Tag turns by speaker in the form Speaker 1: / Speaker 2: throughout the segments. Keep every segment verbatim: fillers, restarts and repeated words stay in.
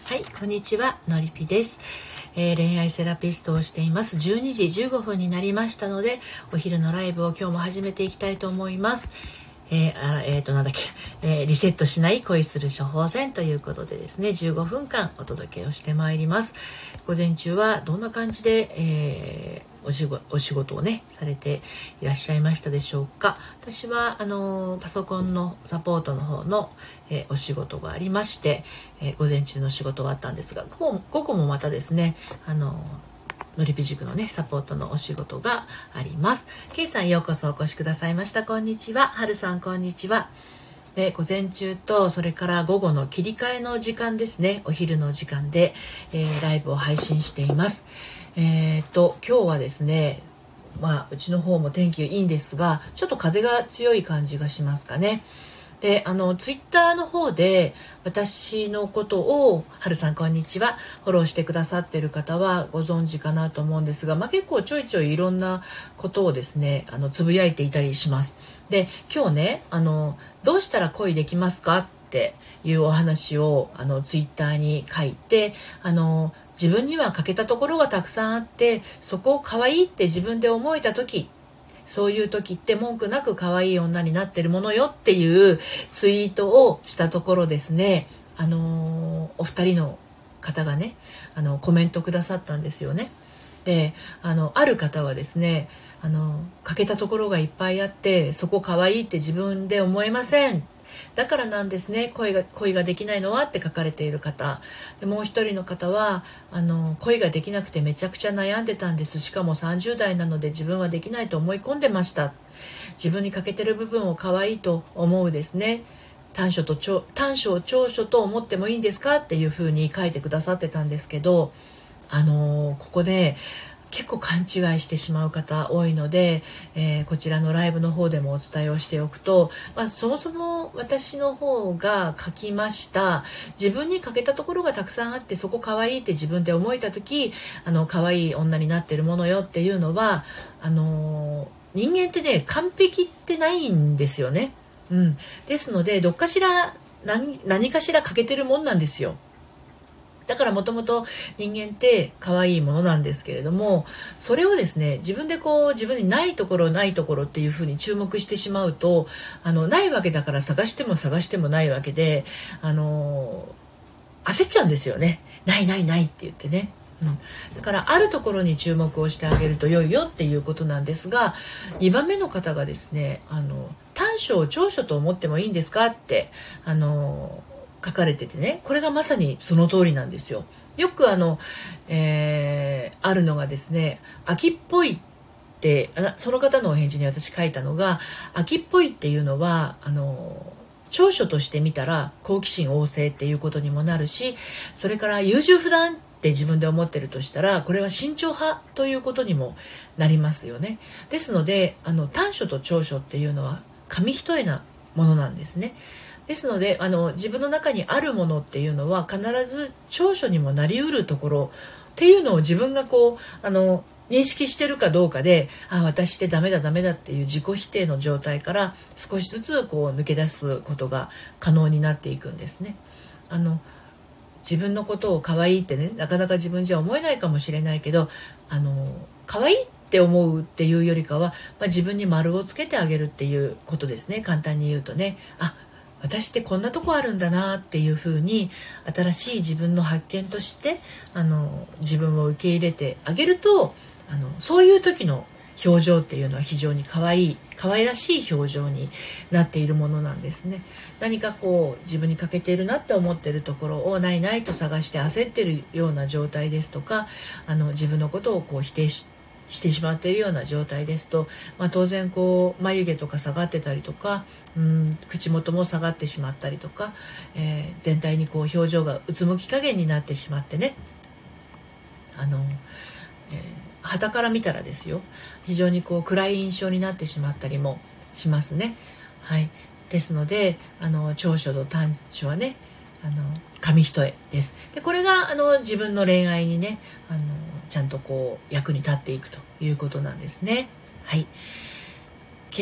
Speaker 1: はい、こんにちは、のりぴです、えー、恋愛セラピストをしています。じゅうにじじゅうごふんになりましたので、お昼のライブを今日も始めていきたいと思います。えー、あえーとなんだっけ、えー、リセットしない恋する処方箋ということでですね、じゅうごふんかんお届けをしてまいります。午前中はどんな感じで、えー、お仕事、お仕事をねされていらっしゃいましたでしょうか。私はあのパソコンのサポートの方の、えー、お仕事がありまして、えー、午前中の仕事があったんですが、午後、午後もまたですね、あののりぴ塾のねサポートのお仕事があります。けいさん、ようこそお越しくださいました。こんにちは。はるさん、こんにちは。で、午前中とそれから午後の切り替えの時間ですね、お昼の時間で、えー、ライブを配信しています。えー、と今日はですね、まあうちの方も天気いいんですが、ちょっと風が強い感じがしますかね。で、あのツイッターの方で私のことを、はるさんこんにちは、フォローしてくださっている方はご存知かなと思うんですが、まあ、結構ちょいちょいいろんなことをですね、あのつぶやいていたりします。で、今日ね、あのどうしたら恋できますかっていうお話をあのツイッターに書いて、あの自分には欠けたところがたくさんあって、そこを可愛いって自分で思えた時、そういう時って文句なく可愛い女になってるものよっていうツイートをしたところですね、あのお二人の方がね、あのコメントくださったんですよね。で、あのある方はですね、あの欠けたところがいっぱいあって、そこ可愛いって自分で思えません、だからなんですね、恋が恋ができないのはって書かれている方で、もう一人の方は、あの恋ができなくてめちゃくちゃ悩んでたんです。しかもさんじゅうだいなので自分はできないと思い込んでました。自分に欠けてる部分を可愛いと思うですね、短所と長短所を長所と思ってもいいんですかっていうふうに書いてくださってたんですけど、あのここで結構勘違いしてしまう方多いので、えー、こちらのライブの方でもお伝えをしておくと、まあ、そもそも私の方が書きました、自分に欠けたところがたくさんあって、そこ可愛いって自分で思えた時、あの可愛い女になってるものよっていうのは、あのー、人間ってね、完璧ってないんですよね。うん、ですので、どっかしら 何, 何かしら欠けてるもんなんですよ。だからもともと人間って可愛いものなんですけれども、それをですね、自分でこう自分にないところないところっていうふうに注目してしまうと、あのないわけだから探しても探してもないわけで、あの焦っちゃうんですよね。ないないないって言ってね。うん、だからあるところに注目をしてあげると良いよっていうことなんですが、にばんめの方がですね、あの短所を長所と思ってもいいんですかってあの書かれててね、これがまさにその通りなんですよ。よくあの、えー、あるのがですね、秋っぽいって、その方のお返事に私書いたのが、秋っぽいっていうのはあの長所として見たら好奇心旺盛っていうことにもなるし、それから優柔不断って自分で思ってるとしたら、これは慎重派ということにもなりますよね。ですので、あの短所と長所っていうのは紙一重なものなんですね。ですので、あの自分の中にあるものっていうのは必ず長所にもなりうるところっていうのを自分がこうあの認識してるかどうかで、あ、私ってダメだダメだっていう自己否定の状態から少しずつこう抜け出すことが可能になっていくんですね。あの自分のことを可愛いってね、なかなか自分じゃ思えないかもしれないけど、あの可愛いって思うっていうよりかは、まあ、自分に丸をつけてあげるっていうことですね。簡単に言うとね、あ、私ってこんなとこあるんだなっていうふうに、新しい自分の発見としてあの自分を受け入れてあげると、あのそういう時の表情っていうのは非常に可愛い可愛らしい表情になっているものなんですね。何かこう自分に欠けているなって思っているところをないないと探して焦っているような状態ですとか、あの自分のことをこう否定ししてしまっているような状態ですと、まあ、当然こう眉毛とか下がってたりとか、うん、口元も下がってしまったりとか、えー、全体にこう表情がうつむき加減になってしまってね、あの、えー、傍から見たらですよ、非常にこう暗い印象になってしまったりもしますね。はい、ですので、あの長所と短所はね、あの紙一重です。で、これがあの自分の恋愛にね、あのちゃんとこう役に立っていくということなんですね。はい、K さん、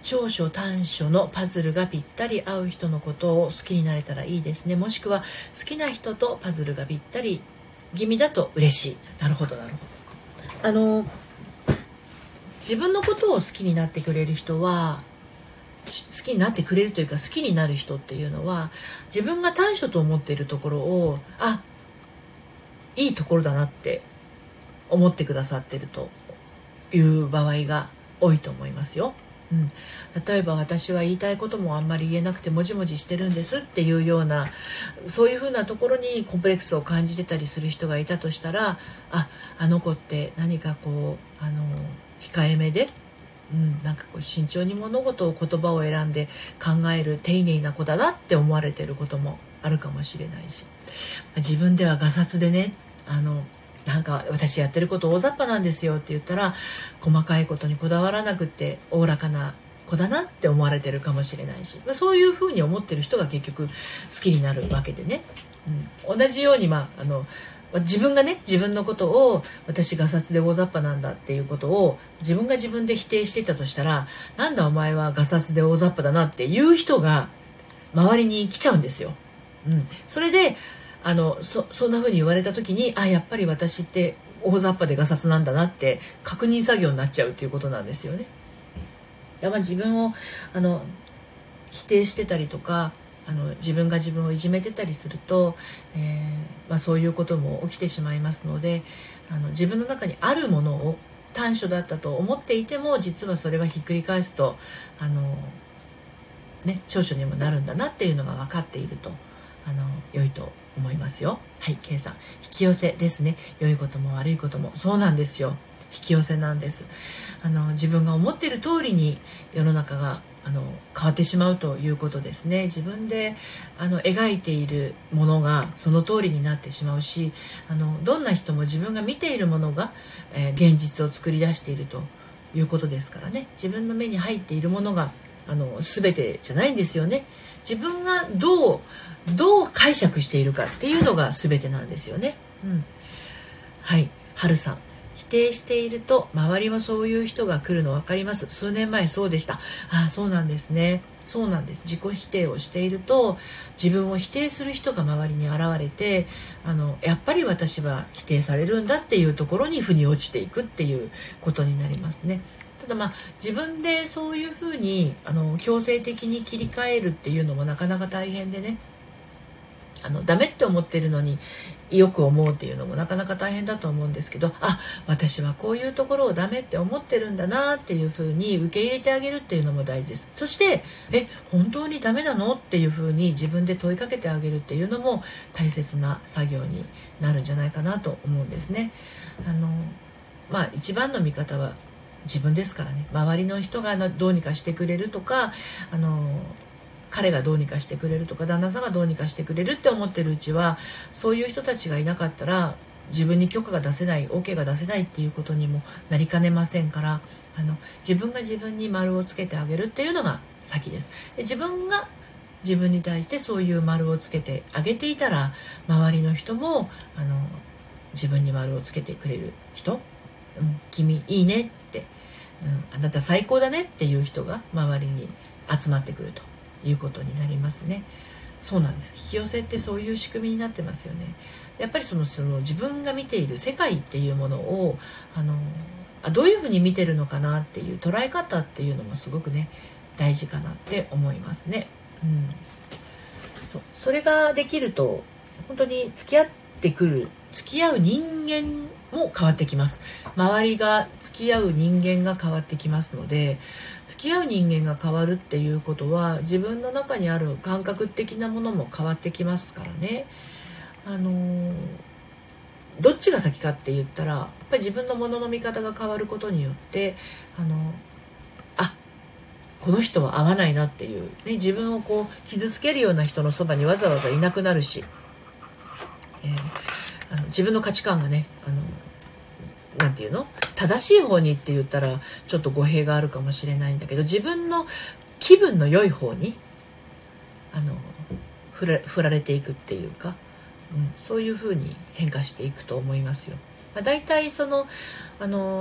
Speaker 1: 長所短所のパズルがぴったり合う人のことを好きになれたらいいですね。もしくは好きな人とパズルがぴったり気味だと嬉しい。なるほどなるほど。あの自分のことを好きになってくれる人は、好きになってくれるというか好きになる人っていうのは、自分が短所と思っているところを、あ、いいところだなって思ってくださっているという場合が多いと思いますよ。うん、例えば私は言いたいこともあんまり言えなくてもじもじしてるんですっていうような、そういうふうなところにコンプレックスを感じてたりする人がいたとしたら、あ、あの子って何かこうあの控えめで、うん、なんかこう慎重に物事を言葉を選んで考える丁寧な子だなって思われてることもあるかもしれないし、自分ではガサツでね、あのなんか私やってること大雑把なんですよって言ったら、細かいことにこだわらなくておおらかな子だなって思われてるかもしれないし、そういうふうに思ってる人が結局好きになるわけでね、うん、同じように、まあ、あの自分がね自分のことを私ガサツで大雑把なんだっていうことを自分が自分で否定していたとしたら、なんだお前はガサツで大雑把だなっていう人が周りに来ちゃうんですよ。うん、それであの そ, そんな風に言われた時に、あ、やっぱり私って大雑把でガサツなんだなって確認作業になっちゃうっていうことなんですよね。やっぱ自分をあの否定してたりとか、あの自分が自分をいじめてたりすると、えーまあ、そういうことも起きてしまいますので、あの自分の中にあるものを短所だったと思っていても、実はそれはひっくり返すとあの、ね、長所にもなるんだなっていうのが分かっているとあの良いと思いますよ。はい、K さん、引き寄せですね。良いことも悪いこともそうなんですよ。引き寄せなんです。あの自分が思っている通りに世の中があの変わってしまうということですね。自分であの描いているものがその通りになってしまうし、あのどんな人も自分が見ているものが、えー、現実を作り出しているということですからね。自分の目に入っているものがあの全てじゃないんですよね。自分がどうどう解釈しているかっていうのが全てなんですよね。うん、はい、春さん、否定していると周りもそういう人が来るの分かります。数年前そうでした。ああ、そうなんですね。そうなんです。自己否定をしていると自分を否定する人が周りに現れて、あのやっぱり私は否定されるんだっていうところに腑に落ちていくっていうことになりますね。ただまあ自分でそういうふうにあの強制的に切り替えるっていうのもなかなか大変でね、あのダメって思ってるのによく思うっていうのもなかなか大変だと思うんですけど、あ、私はこういうところをダメって思ってるんだなっていうふうに受け入れてあげるっていうのも大事です。そしてえ本当にダメなのっていうふうに自分で問いかけてあげるっていうのも大切な作業になるんじゃないかなと思うんですね。あのまあ一番の味方は自分ですからね。周りの人がどうにかしてくれるとか、あの彼がどうにかしてくれるとか旦那さんがどうにかしてくれるって思ってるうちは、そういう人たちがいなかったら自分に許可が出せない オーケー が出せないっていうことにもなりかねませんから、あの自分が自分に丸をつけてあげるっていうのが先です。で自分が自分に対してそういう丸をつけてあげていたら、周りの人もあの自分に丸をつけてくれる人、うん、君いいねって、うん、あなた最高だねっていう人が周りに集まってくるということになりますね。そうなんです。引き寄せってそういう仕組みになってますよね。やっぱりその、その自分が見ている世界っていうものをあのあどういうふうに見てるのかなっていう捉え方っていうのもすごくね大事かなって思いますね。うん、そう、それができると本当に付き合ってくる付き合う人間も変わってきます。周りが付き合う人間が変わってきますので、付き合う人間が変わるっていうことは自分の中にある感覚的なものも変わってきますからね。あのー、どっちが先かって言ったら、やっぱり自分のものの見方が変わることによってあのあこの人は合わないなっていう、ね、自分をこう傷つけるような人のそばにわざわざいなくなるし、えー、あの自分の価値観がねあのなんていうの正しい方にって言ったらちょっと語弊があるかもしれないんだけど、自分の気分の良い方にあの振ら、振られていくっていうか、うん、そういう風に変化していくと思いますよ。まあ、大体そのあの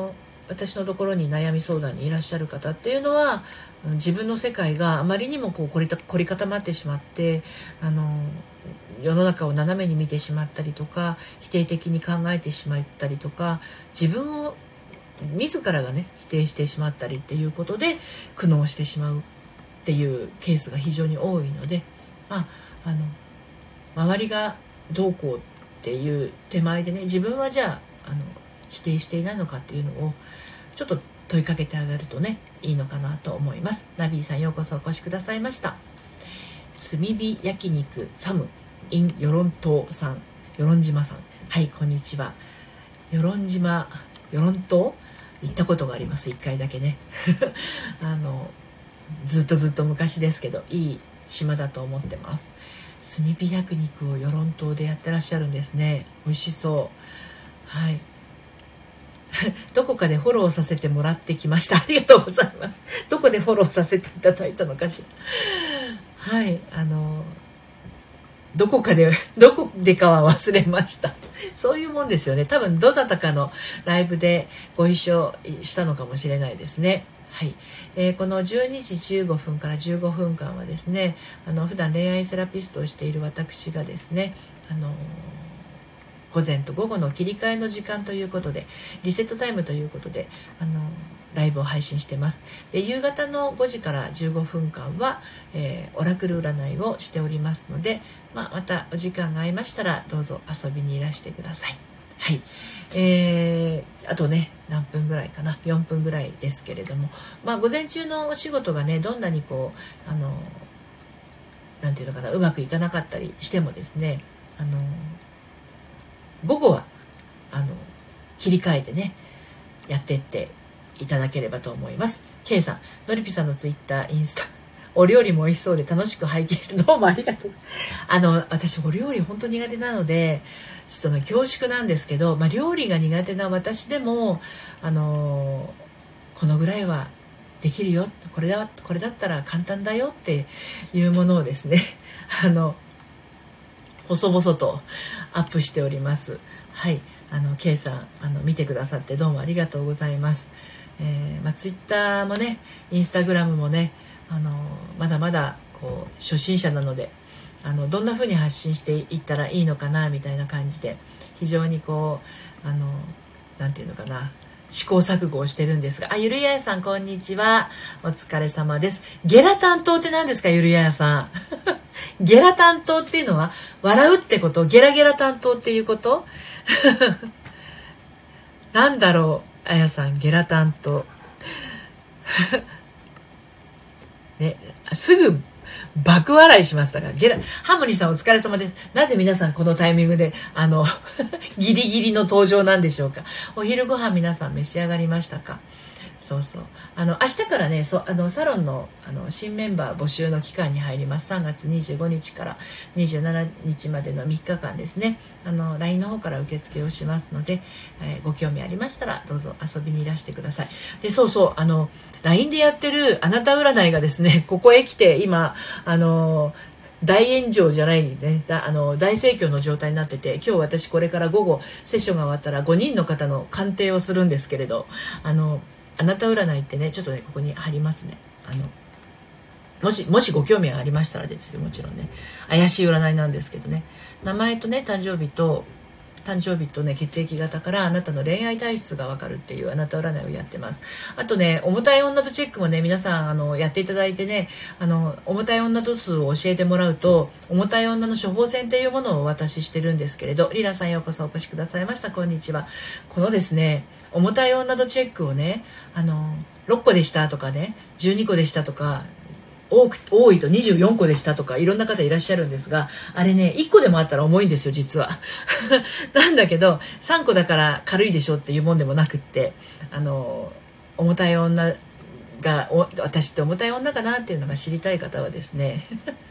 Speaker 1: 私のところに悩み相談にいらっしゃる方っていうのは、自分の世界があまりにもこう凝りた凝り固まってしまって、あの世の中を斜めに見てしまったりとか、否定的に考えてしまったりとか、自分を自らがね否定してしまったりっていうことで苦悩してしまうっていうケースが非常に多いので、まあ、あの周りがどうこうっていう手前でね、自分はじゃあ、あの否定していないのかっていうのをちょっと問いかけてあげるとねいいのかなと思います。ナビーさん、ようこそお越しくださいました。炭火焼肉サム in 与論島さん、与論島さん、はい、こんにちは。与論島、与論島行ったことがあります、いっかいだけねあのずっとずっと昔ですけど、いい島だと思ってます。炭火焼肉を与論島でやってらっしゃるんですね。美味しそう。はいどこかでフォローさせてもらってきました。ありがとうございます。どこでフォローさせていただいたのかしら。はい、あのどこかでどこでかは忘れました。そういうもんですよね。多分どなたかのライブでご一緒したのかもしれないですね。はい、えー、このじゅうにじじゅうごふんからじゅうごふんかんはですね、あの普段恋愛セラピストをしている私がですね、あの午前と午後の切り替えの時間ということで、リセットタイムということで、あのライブを配信してます。で、夕方のごじからじゅうごふんかんは、えー、オラクル占いをしておりますので、まあ、またお時間が合いましたらどうぞ遊びにいらしてください。はい、えー、あとね何分ぐらいかな、よんぷんぐらいですけれども、まあ、午前中のお仕事がねどんなにこうあのなんていうのかな、うまくいかなかったりしてもですね、あの午後はあの切り替えてねやっていっていただければと思います。 K さん、のりぴさんのツイッターインスタお料理も美味しそうで楽しく拝見してどうもありがとう。あの私お料理本当苦手なのでちょっと、ね、恐縮なんですけど、まあ、料理が苦手な私でもあのこのぐらいはできるよ、これだこれだったら簡単だよっていうものをですねあの細々とアップしております。はい、あの K さん、あの見てくださってどうもありがとうございます。えーまあ、ツイッターもねインスタグラムもね、あのまだまだこう初心者なので、あのどんな風に発信していったらいいのかなみたいな感じで、非常にこうあのなんていうのかな、試行錯誤をしてるんですが、あ、ゆるややさんこんにちは、お疲れ様です。ゲラ担当って何ですか、ゆるややさんゲラ担当っていうのは笑うってこと？ゲラゲラ担当っていうことなんだろう、あやさんゲラ担当ね、すぐ爆笑いしましたが、ゲラハモニーさんお疲れ様です。なぜ皆さんこのタイミングであのギリギリの登場なんでしょうか。お昼ご飯皆さん召し上がりましたか。そうそう、あの明日からね、そあのサロンの、あの新メンバー募集の期間に入ります。さんがつにじゅうごにちからにじゅうしちにちまでのみっかかんですね。あの ライン の方から受付をしますので、えー、ご興味ありましたらどうぞ遊びにいらしてください。で、そうそう、あの ライン でやってるあなた占いがですね、ここへ来て今あの大炎上じゃないね、だあの大盛況の状態になってて、今日私これから午後セッションが終わったらごにんの方の鑑定をするんですけれど、あのあなた占いってね、ちょっとねここに貼りますね。あのもしもしご興味がありましたらですよ、もちろんね、怪しい占いなんですけどね、名前とね誕生日と誕生日とね血液型からあなたの恋愛体質が分かるっていうあなた占いをやってます。あとね、重たい女度チェックもね皆さんあのやっていただいてね、あの重たい女度数を教えてもらうと重たい女の処方箋っていうものをお渡ししてるんですけれど、リラさんようこそお越しくださいました。こんにちは。このですね重たい女度チェックをね、あのろっこでしたとかねじゅうにこでしたとか、多く多いとにじゅうよんこでしたとか、いろんな方いらっしゃるんですが、あれねいっこでもあったら重いんですよ実はなんだけどさんこだから軽いでしょっていうもんでもなくって、あの重たい女がお私って重たい女かなっていうのが知りたい方はですね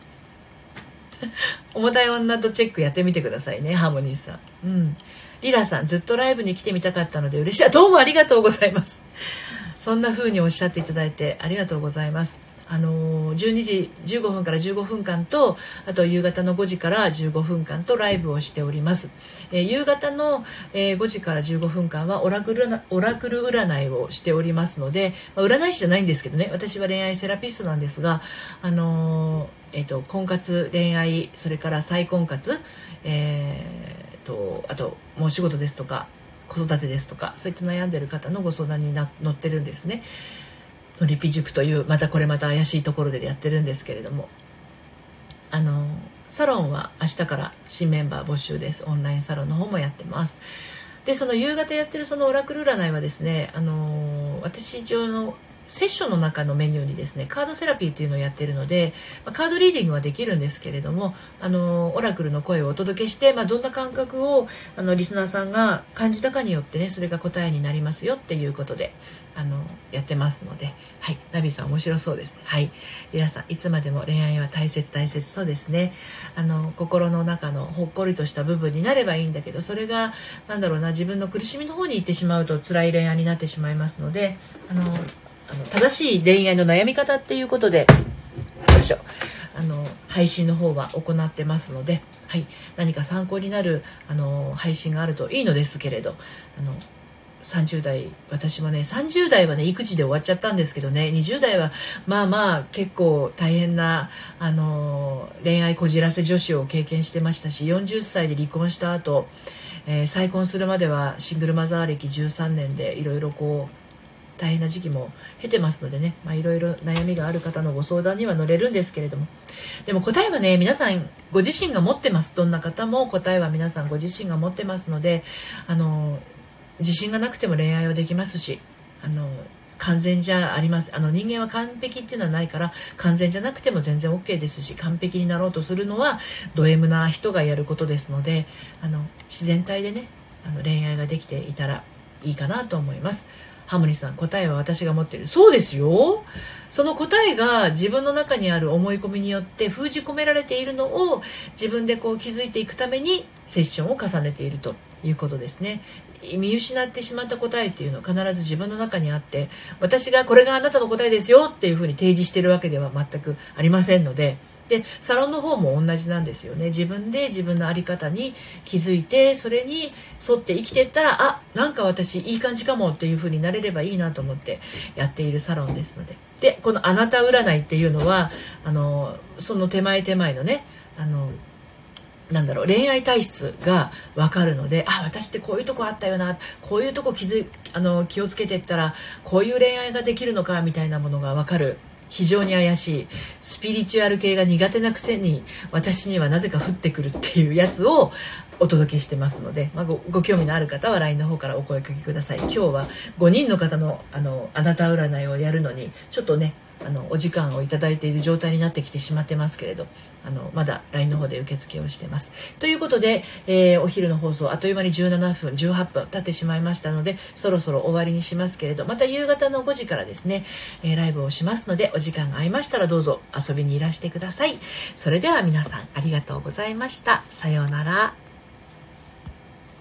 Speaker 1: 重たい女とチェックやってみてくださいね、ハーモニーさん。うん、リラさんずっとライブに来てみたかったので嬉しい。どうもありがとうございます。そんな風におっしゃっていただいてありがとうございます。 あのじゅうにじじゅうごふんからじゅうごふんかんと、あと夕方のごじからじゅうごふんかんとライブをしております。えー、夕方の、えー、ごじからじゅうごふんかんはオラクルなオラクル占いをしておりますので、まあ、占い師じゃないんですけどね、私は恋愛セラピストなんですが、あのーえー、と婚活、恋愛、それから再婚活、えー、とあともう仕事ですとか子育てですとか、そういった悩んでる方のご相談にな載ってるんですね。のりぴ塾という、またこれまた怪しいところでやってるんですけれども、あのサロンは明日から新メンバー募集です。オンラインサロンの方もやってます。でその夕方やってるそのオラクル占いはですね、あの私一応のセッションの中のメニューにですね、カードセラピーというのをやっているので、まあ、カードリーディングはできるんですけれども、あのオラクルの声をお届けして、まあ、どんな感覚をあのリスナーさんが感じたかによってね、それが答えになりますよっていうことであのやってますので、はい、ナビさん面白そうですね。はい、皆さんいつまでも恋愛は大切大切。そうですね、あの心の中のほっこりとした部分になればいいんだけど、それがなんだろうな、自分の苦しみの方に行ってしまうと辛い恋愛になってしまいますので、あのあの正しい恋愛の悩み方っていうことで、よいしょ、あの配信の方は行ってますので、はい、何か参考になるあの配信があるといいのですけれど、あのさんじゅう代、私もねさんじゅう代はね育児で終わっちゃったんですけどね、にじゅう代はまあまあ結構大変なあの恋愛こじらせ女子を経験してましたし、よんじゅっさいで離婚した後、えー、再婚するまではシングルマザー歴じゅうさんねんでいろいろこう大変な時期も経てますのでね、いろいろ悩みがある方のご相談には乗れるんですけれども、でも答えはね皆さんご自身が持ってます。どんな方も答えは皆さんご自身が持ってますので、あの自信がなくても恋愛はできますし、あの完全じゃあります。あの人間は完璧っていうのはないから、完全じゃなくても全然 OK ですし、完璧になろうとするのはド M な人がやることですので、あの自然体でねあの恋愛ができていたらいいかなと思います。ハモニさん、答えは私が持っている。そうですよ。その答えが自分の中にある思い込みによって封じ込められているのを自分でこう気づいていくためにセッションを重ねているということですね。見失ってしまった答えっていうのは必ず自分の中にあって、私がこれがあなたの答えですよっていうふうに提示しているわけでは全くありませんので、でサロンの方も同じなんですよね。自分で自分の在り方に気づいて、それに沿って生きていったら、あ、なんか私いい感じかもっていう風になれればいいなと思ってやっているサロンですので、でこのあなた占いっていうのはあのその手前手前のね、あのなんだろう、恋愛体質が分かるので、あ、私ってこういうとこあったよな、こういうとこ気づあの気をつけていったらこういう恋愛ができるのかみたいなものが分かる。非常に怪しいスピリチュアル系が苦手なくせに私にはなぜか降ってくるっていうやつをお届けしてますので、まあ、ご, ご興味のある方は ライン の方からお声かけください。今日はごにんの方の あ, のあなた占いをやるのにちょっとね、あのお時間をいただいている状態になってきてしまってますけれど、あのまだ ライン の方で受付をしてますということで、えー、お昼の放送あっという間にじゅうななふんじゅうはっぷん経ってしまいましたので、そろそろ終わりにしますけれど、また夕方のごじからですね、えー、ライブをしますので、お時間が合いましたらどうぞ遊びにいらしてください。それでは皆さんありがとうございました。さようなら。